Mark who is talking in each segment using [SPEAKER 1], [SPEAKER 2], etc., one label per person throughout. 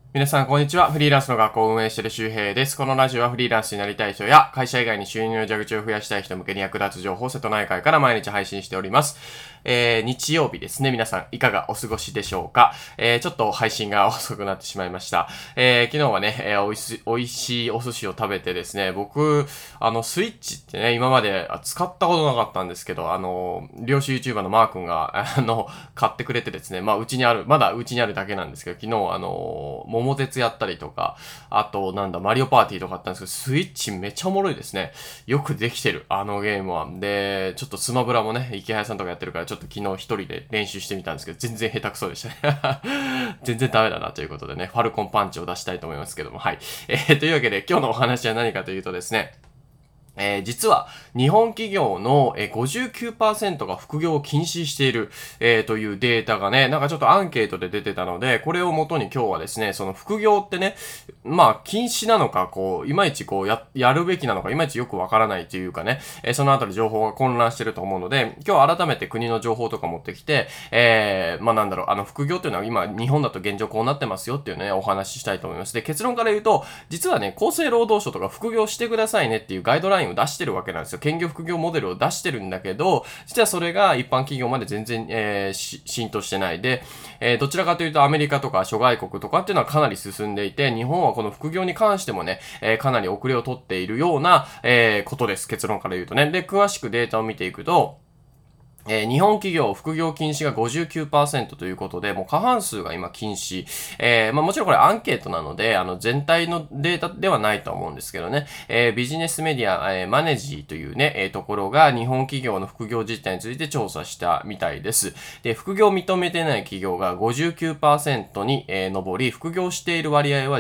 [SPEAKER 1] 皆さん、こんにちは。フリーランスの学校を運営している周平です。このラジオはフリーランスになりたい人や、会社以外に収入の蛇口を増やしたい人向けに役立つ情報を瀬戸内海から毎日配信しております。日曜日ですね。皆さん、いかがお過ごしでしょうか。ちょっと配信が遅くなってしまいました。昨日はね、美味しいお寿司を食べてですね、僕、スイッチってね、今まで使ったことなかったんですけど、漁師 YouTuber のマー君が、買ってくれてですね、まだうちにあるだけなんですけど、昨日、桃鉄やったりとか、あと、マリオパーティーとかあったんですけど、スイッチめっちゃおもろいですね。よくできてる、あのゲームは。で、ちょっとスマブラもね、池谷さんとかやってるから、ちょっと昨日一人で練習してみたんですけど、全然下手くそでしたね。全然ダメだなということでね、ファルコンパンチを出したいと思いますけども、はい。というわけで、今日のお話は何かというとですね、実は日本企業の59%が副業を禁止している、というデータがね、なんかちょっとアンケートで出てたので、これをもとに今日はですね、その副業ってね、まあ禁止なのか、いまいちやるべきなのか、いまいちよくわからないというかね、そのあたり情報が混乱してると思うので、今日改めて国の情報とか持ってきて、副業っていうのは今日本だと現状こうなってますよっていうね、お話ししたいと思います。で、結論から言うと、実はね、厚生労働省とか副業してくださいねっていうガイドラインを出してるわけなんですよ。兼業副業モデルを出してるんだけど、実はそれが一般企業まで全然、浸透してないで、どちらかというとアメリカとか諸外国とかっていうのはかなり進んでいて、日本はこの副業に関してもね、かなり遅れを取っているような、ことです。結論から言うとね。で、詳しくデータを見ていくと、日本企業副業禁止が59%ということで、もう過半数が今禁止。もちろんこれアンケートなので、全体のデータではないと思うんですけどね、ビジネスメディア、マネジーというね、ところが日本企業の副業実態について調査したみたいです。で、副業を認めてない企業が59%に、上り、副業している割合は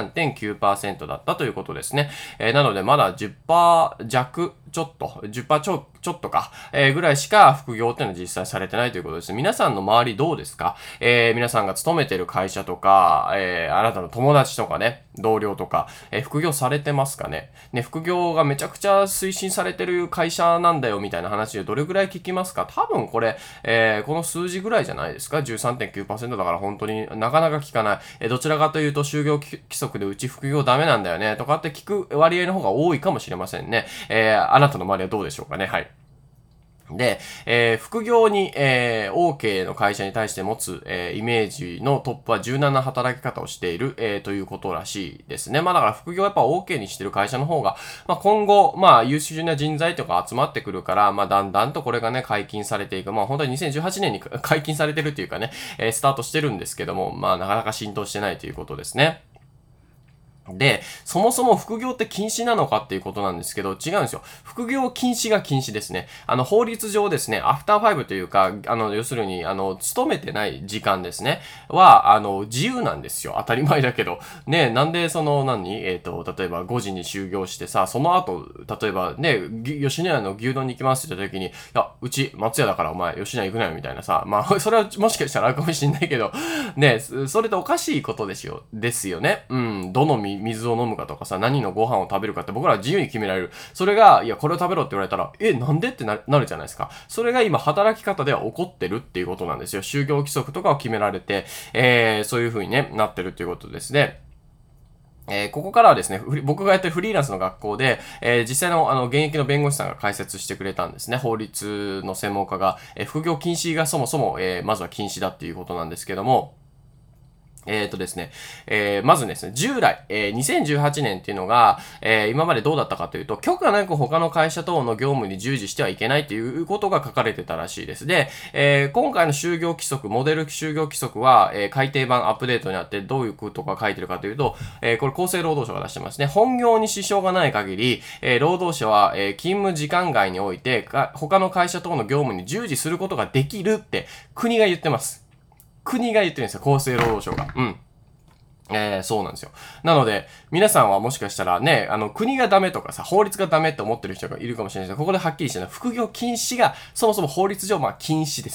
[SPEAKER 1] 13.9% だったということですね。なので、まだ10%弱ちょっと、10%ちょっとか、ぐらいしか副業っていうのは実際されてないということです。皆さんの周りどうですか？皆さんが勤めてる会社とか、あなたの友達とかね、同僚とか、副業されてますかね？ね、副業がめちゃくちゃ推進されてる会社なんだよみたいな話でどれぐらい聞きますか？多分これ、この数字ぐらいじゃないですか？ 13.9% だから本当になかなか聞かない。どちらかというと就業規則でうち副業ダメなんだよねとかって聞く割合の方が多いかもしれませんね。あなたの周りはどうでしょうかね？はい。で、副業に、OK の会社に対して持つ、イメージのトップは柔軟な働き方をしている、ということらしいですね。まあだから副業やっぱ OK にしてる会社の方が、まあ今後、まあ優秀な人材とか集まってくるから、まあだんだんとこれがね、解禁されていく。まあ本当に2018年に解禁されてるっていうかね、スタートしてるんですけども、まあなかなか浸透してないということですね。で、そもそも副業って禁止なのかっていうことなんですけど、違うんですよ。副業禁止が禁止ですね。法律上ですね、アフターファイブというか、要するに、勤めてない時間ですね、は、自由なんですよ。当たり前だけど。ね、なんで、例えば5時に就業してさ、その後、例えばね、吉野家の牛丼に行きますって言った時に、いや、うち、松屋だからお前、吉野家行くなよ、みたいなさ、まあ、それはもしかしたらあるかもしんないけど、ね、それっておかしいことですよね。うん、どの水を飲むかとかさ、何のご飯を食べるかって僕らは自由に決められる。それが、いや、これを食べろって言われたら、なんでってなるじゃないですか。それが今、働き方では起こってるっていうことなんですよ。就業規則とかを決められて、そういう風にね、なってるっていうことですね。ここからはですね、僕がやってるフリーランスの学校で、実際の現役の弁護士さんが解説してくれたんですね。法律の専門家が、副業禁止がそもそも、まずは禁止だっていうことなんですけども、ですね、まずですね、従来、2018年っていうのが、今までどうだったかというと、許可なく他の会社等の業務に従事してはいけないということが書かれてたらしいです。で、今回の就業規則、モデル就業規則は、改訂版アップデートになってどういうことが書いてるかというと、これ厚生労働省が出してますね。本業に支障がない限り、労働者は、勤務時間外において、他の会社等の業務に従事することができるって国が言ってます。国が言ってるんですよ、厚生労働省が。うん。そうなんですよ。なので、皆さんはもしかしたらね、国がダメとかさ、法律がダメって思ってる人がいるかもしれないですけど、ここではっきりしてね、副業禁止が、そもそも法律上、まあ禁止です。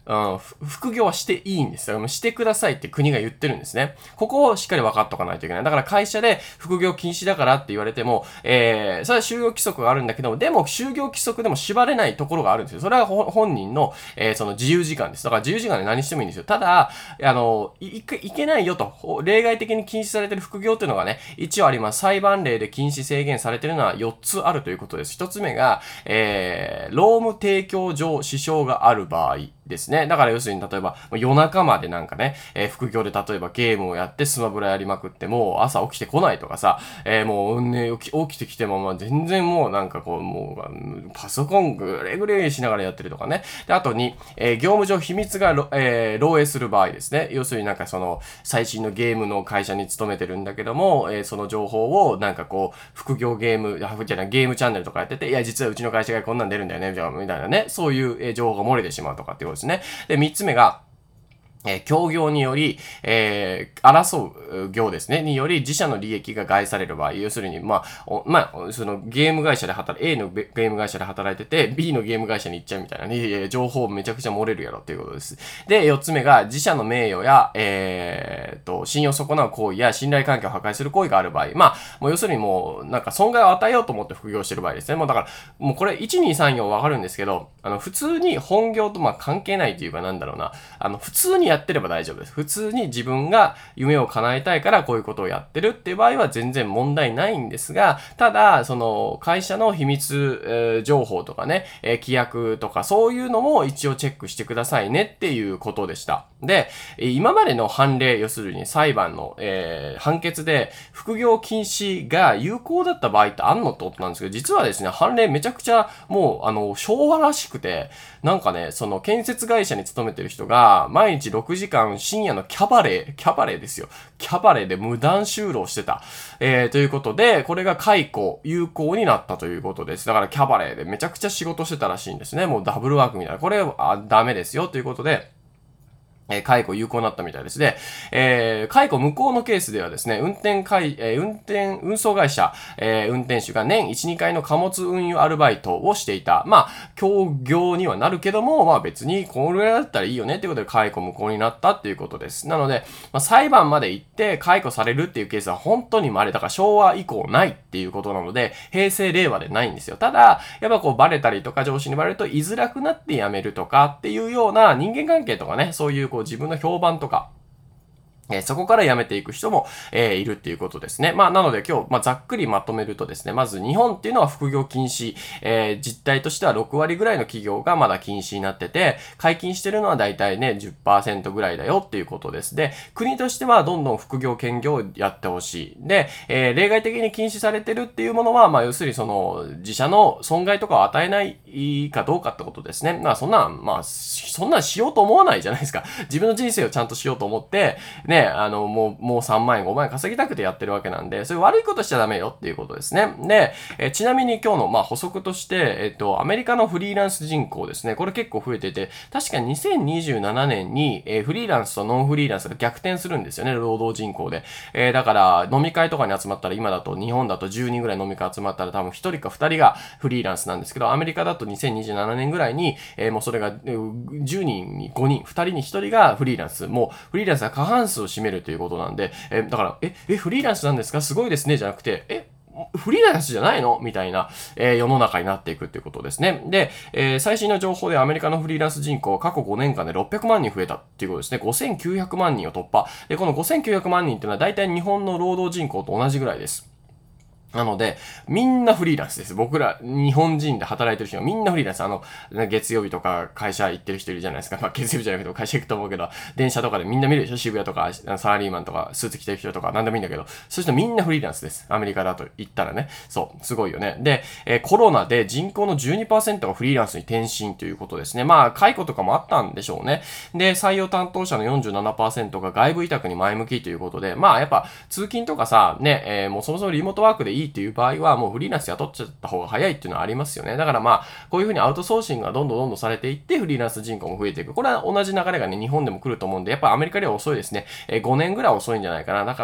[SPEAKER 1] 副業はしていいんですよ。してくださいって国が言ってるんですね。ここをしっかり分かっとかないといけない。だから会社で副業禁止だからって言われても、それは就業規則があるんだけども、でも就業規則でも縛れないところがあるんですよ。それは本人の、その自由時間です。だから自由時間で何してもいいんですよ。ただ、いけないよと、例外的に禁止されてる副業っていうのがね、一応あります。裁判例で禁止制限されてるのは4つあるということです。1つ目が、労務提供上支障がある場合ですね。だから要するに例えば夜中までなんかね、副業で例えばゲームをやってスマブラやりまくってもう朝起きてこないとかさ、もうね、起きてきても全然もうなんかこうもうパソコンぐれぐれしながらやってるとかね。で、あとに、業務上秘密が漏洩する場合ですね。要するになんかその最新のゲームの会社に勤めてるんだけども、その情報をなんかこう副業ゲームチャンネルとかやってて、いや実はうちの会社がこんなん出るんだよね、みたいなね、そういう情報が漏れてしまうとかっていうことですね。で、3つ目が、協業により、争う業ですね、により自社の利益が害される場合、要するに、そのゲーム会社でA のゲーム会社で働いてて、B のゲーム会社に行っちゃうみたいなね、情報めちゃくちゃ漏れるやろっていうことです。で、4つ目が、自社の名誉や、信用を損なう行為や信頼関係を破壊する行為がある場合、もう要するにもう、なんか損害を与えようと思って副業してる場合ですね。もうだから、もうこれ、1、2、3、4わかるんですけど、普通に本業と関係ないというかなんだろうな、普通にやってれば大丈夫です。普通に自分が夢を叶えたいからこういうことをやってるっていう場合は全然問題ないんですが、ただ、その会社の秘密、情報とかね、規約とかそういうのも一応チェックしてくださいねっていうことでした。で、今までの判例、要するに裁判の、判決で副業禁止が有効だった場合ってあんのってことなんですけど、実はですね、判例めちゃくちゃもう昭和らしくて、なんかね、その建設会社に勤めてる人が毎日6時間深夜のキャバレーですよ。キャバレーで無断就労してた。ということで、これが解雇有効になったということです。だからキャバレーでめちゃくちゃ仕事してたらしいんですね。もうダブルワークみたいな。これはダメですよということで、解雇有効になったみたいですね。解雇無効のケースではですね、運送会社、運転手が年1、2回の貨物運輸アルバイトをしていた。協業にはなるけども、別にこれぐらいだったらいいよねっていうことで解雇無効になったっていうことです。なので、裁判まで行って解雇されるっていうケースは本当に稀だから昭和以降ないっていうことなので、平成令和でないんですよ。ただ、やっぱこうバレたりとか上司にバレると居づらくなって辞めるとかっていうような人間関係とかね、そういう自分の評判とか、そこから辞めていく人も、いるっていうことですね。なので今日、ざっくりまとめるとですね、まず日本っていうのは副業禁止、実態としては6割ぐらいの企業がまだ禁止になってて、解禁してるのはだいたいね、10% ぐらいだよっていうことです。で、国としてはどんどん副業兼業をやってほしい。で、例外的に禁止されてるっていうものは、要するにその、自社の損害とかを与えないかどうかってことですね。そんなんしようと思わないじゃないですか。自分の人生をちゃんとしようと思って、ね、もう3万円、5万円稼ぎたくてやってるわけなんで、そういう悪いことしちゃダメよっていうことですね。で、ちなみに今日の補足として、アメリカのフリーランス人口ですね。これ結構増えてて、確かに2027年に、フリーランスとノンフリーランスが逆転するんですよね、労働人口で。だから飲み会とかに集まったら今だと日本だと10人ぐらい飲み会集まったら多分1人か2人がフリーランスなんですけど、アメリカだと2027年ぐらいに、もうそれが10人に5人、2人に1人がフリーランス。もうフリーランスが過半数を占めるということなんで、だから、フリーランスなんですかすごいですねじゃなくて、フリーランスじゃないのみたいな、世の中になっていくっていうことですね。で、最新の情報でアメリカのフリーランス人口は過去5年間で600万人増えたっていうことですね。5900万人を突破。で、この5900万人っていうのは大体日本の労働人口と同じぐらいです。なので、みんなフリーランスです。僕ら、日本人で働いてる人はみんなフリーランス。月曜日とか会社行ってる人いるじゃないですか。月曜日じゃなくても会社行くと思うけど、電車とかでみんな見るでしょ。渋谷とか、サラリーマンとか、スーツ着てる人とか、なんでもいいんだけど、そういう人みんなフリーランスです。アメリカだと言ったらね。そう、すごいよね。で、コロナで人口の 12% がフリーランスに転身ということですね。解雇とかもあったんでしょうね。で、採用担当者の 47% が外部委託に前向きということで、やっぱ通勤とかさ、ね、もうそもそもリモートワークでいいいっていう場合は、もうフリーランス雇っちゃった方が早いっていうのはありますよね。だからこういうふうにアウトソーシングがどんどんされていって、フリーランス人口も増えていく。これは同じ流れがね、日本でも来ると思うんで、やっぱアメリカでは遅いですね。5年ぐらい遅いんじゃないかな。だから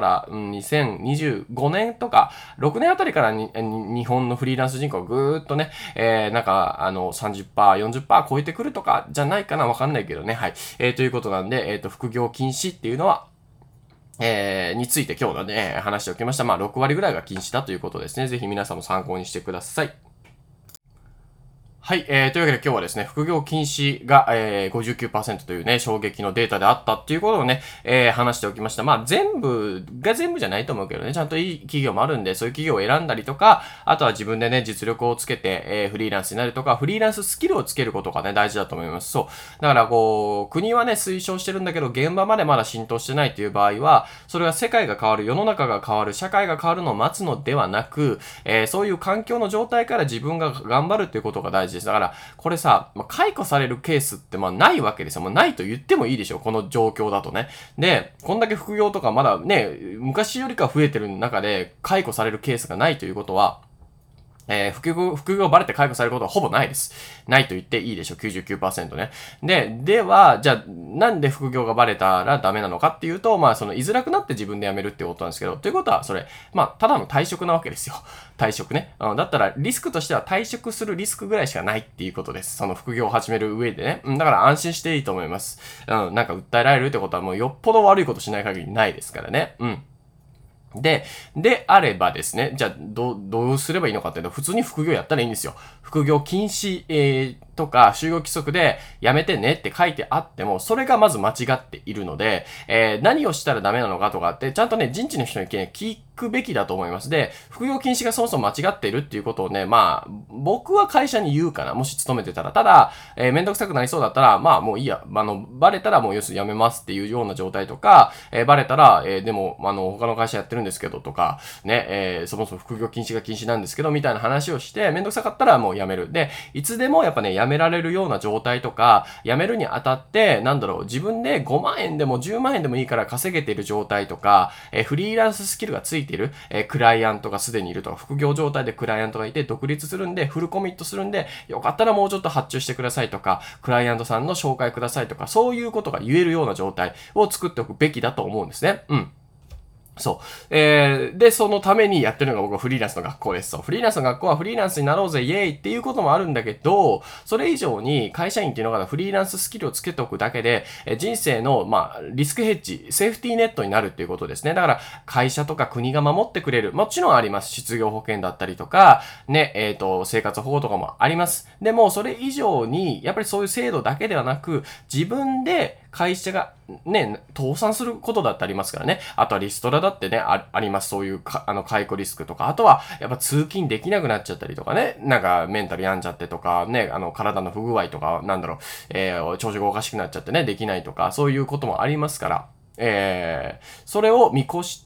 [SPEAKER 1] 、2025年とか、6年あたりから日本のフリーランス人口がぐーっとね、30%、40%超えてくるとかじゃないかな。わかんないけどね。はい。ということなんで、副業禁止っていうのは、について今日のね、話しておきました。6割ぐらいが禁止だということですね。ぜひ皆さんも参考にしてください。はい、というわけで今日はですね、副業禁止が、59% というね、衝撃のデータであったっていうことをね、話しておきました。全部が全部じゃないと思うけどね、ちゃんといい企業もあるんで、そういう企業を選んだりとか、あとは自分でね、実力をつけて、フリーランスになるとか、フリーランススキルをつけることがね、大事だと思います。そう。だから国はね、推奨してるんだけど、現場までまだ浸透してないという場合は、それは世界が変わる、世の中が変わる、社会が変わるのを待つのではなく、そういう環境の状態から自分が頑張るっていうことが大事です。だから、これさ、解雇されるケースってないわけですよ。もうないと言ってもいいでしょ。この状況だとね。で、こんだけ副業とかまだね、昔よりか増えてる中で解雇されるケースがないということは、副業バレて解雇されることはほぼないです。ないと言っていいでしょう。99% ね。では、じゃあ、なんで副業がバレたらダメなのかっていうと、居づらくなって自分で辞めるってことなんですけど、ということは、それ、ただの退職なわけですよ。退職ね。だったら、リスクとしては退職するリスクぐらいしかないっていうことです。その副業を始める上でね。だから安心していいと思います。なんか訴えられるってことはもうよっぽど悪いことしない限りないですからね。であればですね、じゃあ、どうすればいいのかっていうと、普通に副業やったらいいんですよ。副業禁止、とか、就業規則でやめてねって書いてあっても、それがまず間違っているので、何をしたらダメなのかとかって、ちゃんとね、人事の人に聞くべきだと思います。で、副業禁止がそもそも間違っているっていうことをね、僕は会社に言うかな、もし勤めてたら。ただ、めんどくさくなりそうだったら、もういいや、バレたらもう要するにやめますっていうような状態とか、バレたら、でも、他の会社やってるんですけどとか、ね、そもそも副業禁止が禁止なんですけど、みたいな話をして、めんどくさかったらもうやめる。で、いつでもやっぱね、やめられるような状態とか、辞めるにあたって、自分で5万円でも10万円でもいいから稼げている状態とか、フリーランススキルがついている、クライアントがすでにいるとか、副業状態でクライアントがいて独立するんで、フルコミットするんで、よかったらもうちょっと発注してくださいとか、クライアントさんの紹介くださいとか、そういうことが言えるような状態を作っておくべきだと思うんですね。そう。で、そのためにやってるのが僕はフリーランスの学校です。そう。フリーランスの学校はフリーランスになろうぜ、イエーイっていうこともあるんだけど、それ以上に会社員っていうのがフリーランススキルをつけておくだけで、人生の、リスクヘッジ、セーフティーネットになるっていうことですね。だから、会社とか国が守ってくれる。もちろんあります。失業保険だったりとか、ね、生活保護とかもあります。でも、それ以上に、やっぱりそういう制度だけではなく、自分で会社がね、倒産することだってありますからね。あとはリストラだってね、あります。そういう解雇リスクとか。あとは、やっぱ通勤できなくなっちゃったりとかね。なんか、メンタル病んじゃってとか、ね、体の不具合とか、調子がおかしくなっちゃってね、できないとか、そういうこともありますから。それを見越して、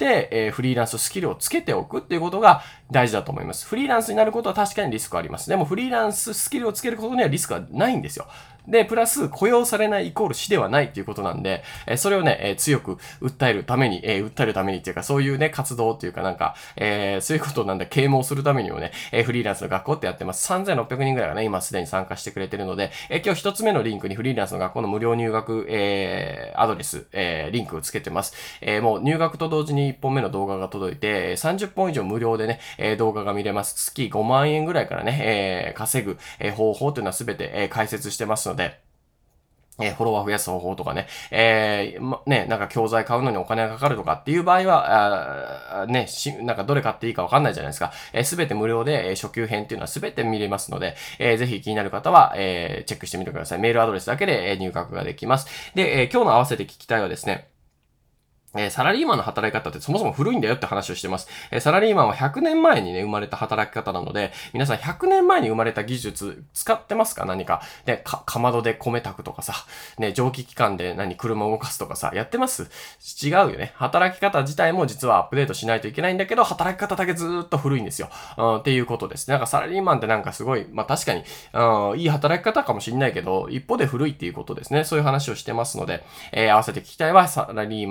[SPEAKER 1] フリーランススキルをつけておくっていうことが大事だと思います。フリーランスになることは確かにリスクあります。でもフリーランススキルをつけることにはリスクはないんですよ。で、プラス雇用されないイコール死ではないっていうことなんで、それをね、強く訴えるためにっていうか、そういうね、活動っていうかそういうことを啓蒙するためにもね、フリーランスの学校ってやってます。3600人ぐらいがね、今すでに参加してくれてるので、今日一つ目のリンクにフリーランスの学校の無料入学、アドレス、リンクをつけてます。もう入学と同時に1本目の動画が届いて、30本以上無料でね、動画が見れます。月5万円ぐらいからね、稼ぐ、方法というのはすべて、解説してますので、フォロワー増やす方法とかね、教材買うのにお金がかかるとかっていう場合は、どれ買っていいかわかんないじゃないですか。すべて無料で、初級編っていうのはすべて見れますので、ぜひ気になる方は、チェックしてみてください。メールアドレスだけで、入学ができます。で、今日の合わせて聞きたいはですね、サラリーマンの働き方ってそもそも古いんだよって話をしてます。サラリーマンは100年前にね、生まれた働き方なので、皆さん100年前に生まれた技術使ってますか？何か。ね、かまどで米炊くとかさ、ね、蒸気機関で車を動かすとかさ、やってます？違うよね。働き方自体も実はアップデートしないといけないんだけど、働き方だけずーっと古いんですよ。っていうことです。サラリーマンってすごい、確かに、いい働き方かもしんないけど、一方で古いっていうことですね。そういう話をしてますので、合わせて聞きたいは、サラリーマンは100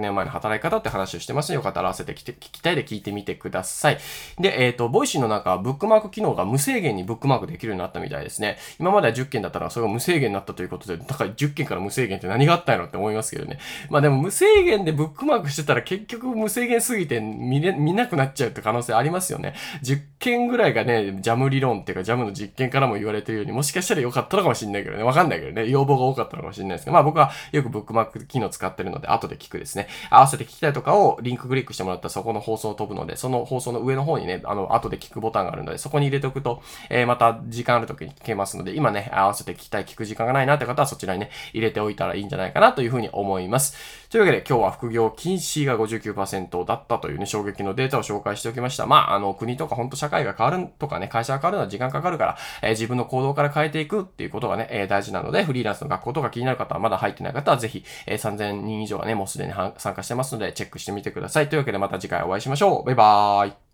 [SPEAKER 1] 年前の働き方って話をしてますので、よかったら合わせて聞きたいで聞いてみてください。で、ボイシーの中、ブックマーク機能が無制限にブックマークできるようになったみたいですね。今までは10件だったらそれが無制限になったということで、だから10件から無制限って何があったんやろって思いますけどね。まあでも無制限でブックマークしてたら結局無制限すぎて見なくなっちゃうって可能性ありますよね。10件ぐらいがね、ジャム理論っていうかジャムの実験からも言われてるように、もしかしたら良かったのかもしれないけどね。わかんないけどね。要望が多かったのかもしれないですけど、まあ僕はよくブックマーク機能使ってるので、後で聞くですね。合わせて聞きたいとかをリンククリックしてもらったらそこの放送を飛ぶので、その放送の上の方にね、後で聞くボタンがあるので、そこに入れておくと、また時間ある時に聞けますので、今ね、合わせて聞きたい、聞く時間がないなって方はそちらにね、入れておいたらいいんじゃないかなというふうに思います。というわけで今日は副業禁止が 59% だったというね、衝撃のデータを紹介しておきました。まあ、国とか本当社会が変わるとかね、会社が変わるのは時間かかるから、自分の行動から変えていくっていうことがね、大事なので、フリーランスの学校とか気になる方はまだ入ってない方はぜひ、3000人以上はね、もうすでに参加してますので、チェックしてみてください。というわけでまた次回お会いしましょう。バイバーイ。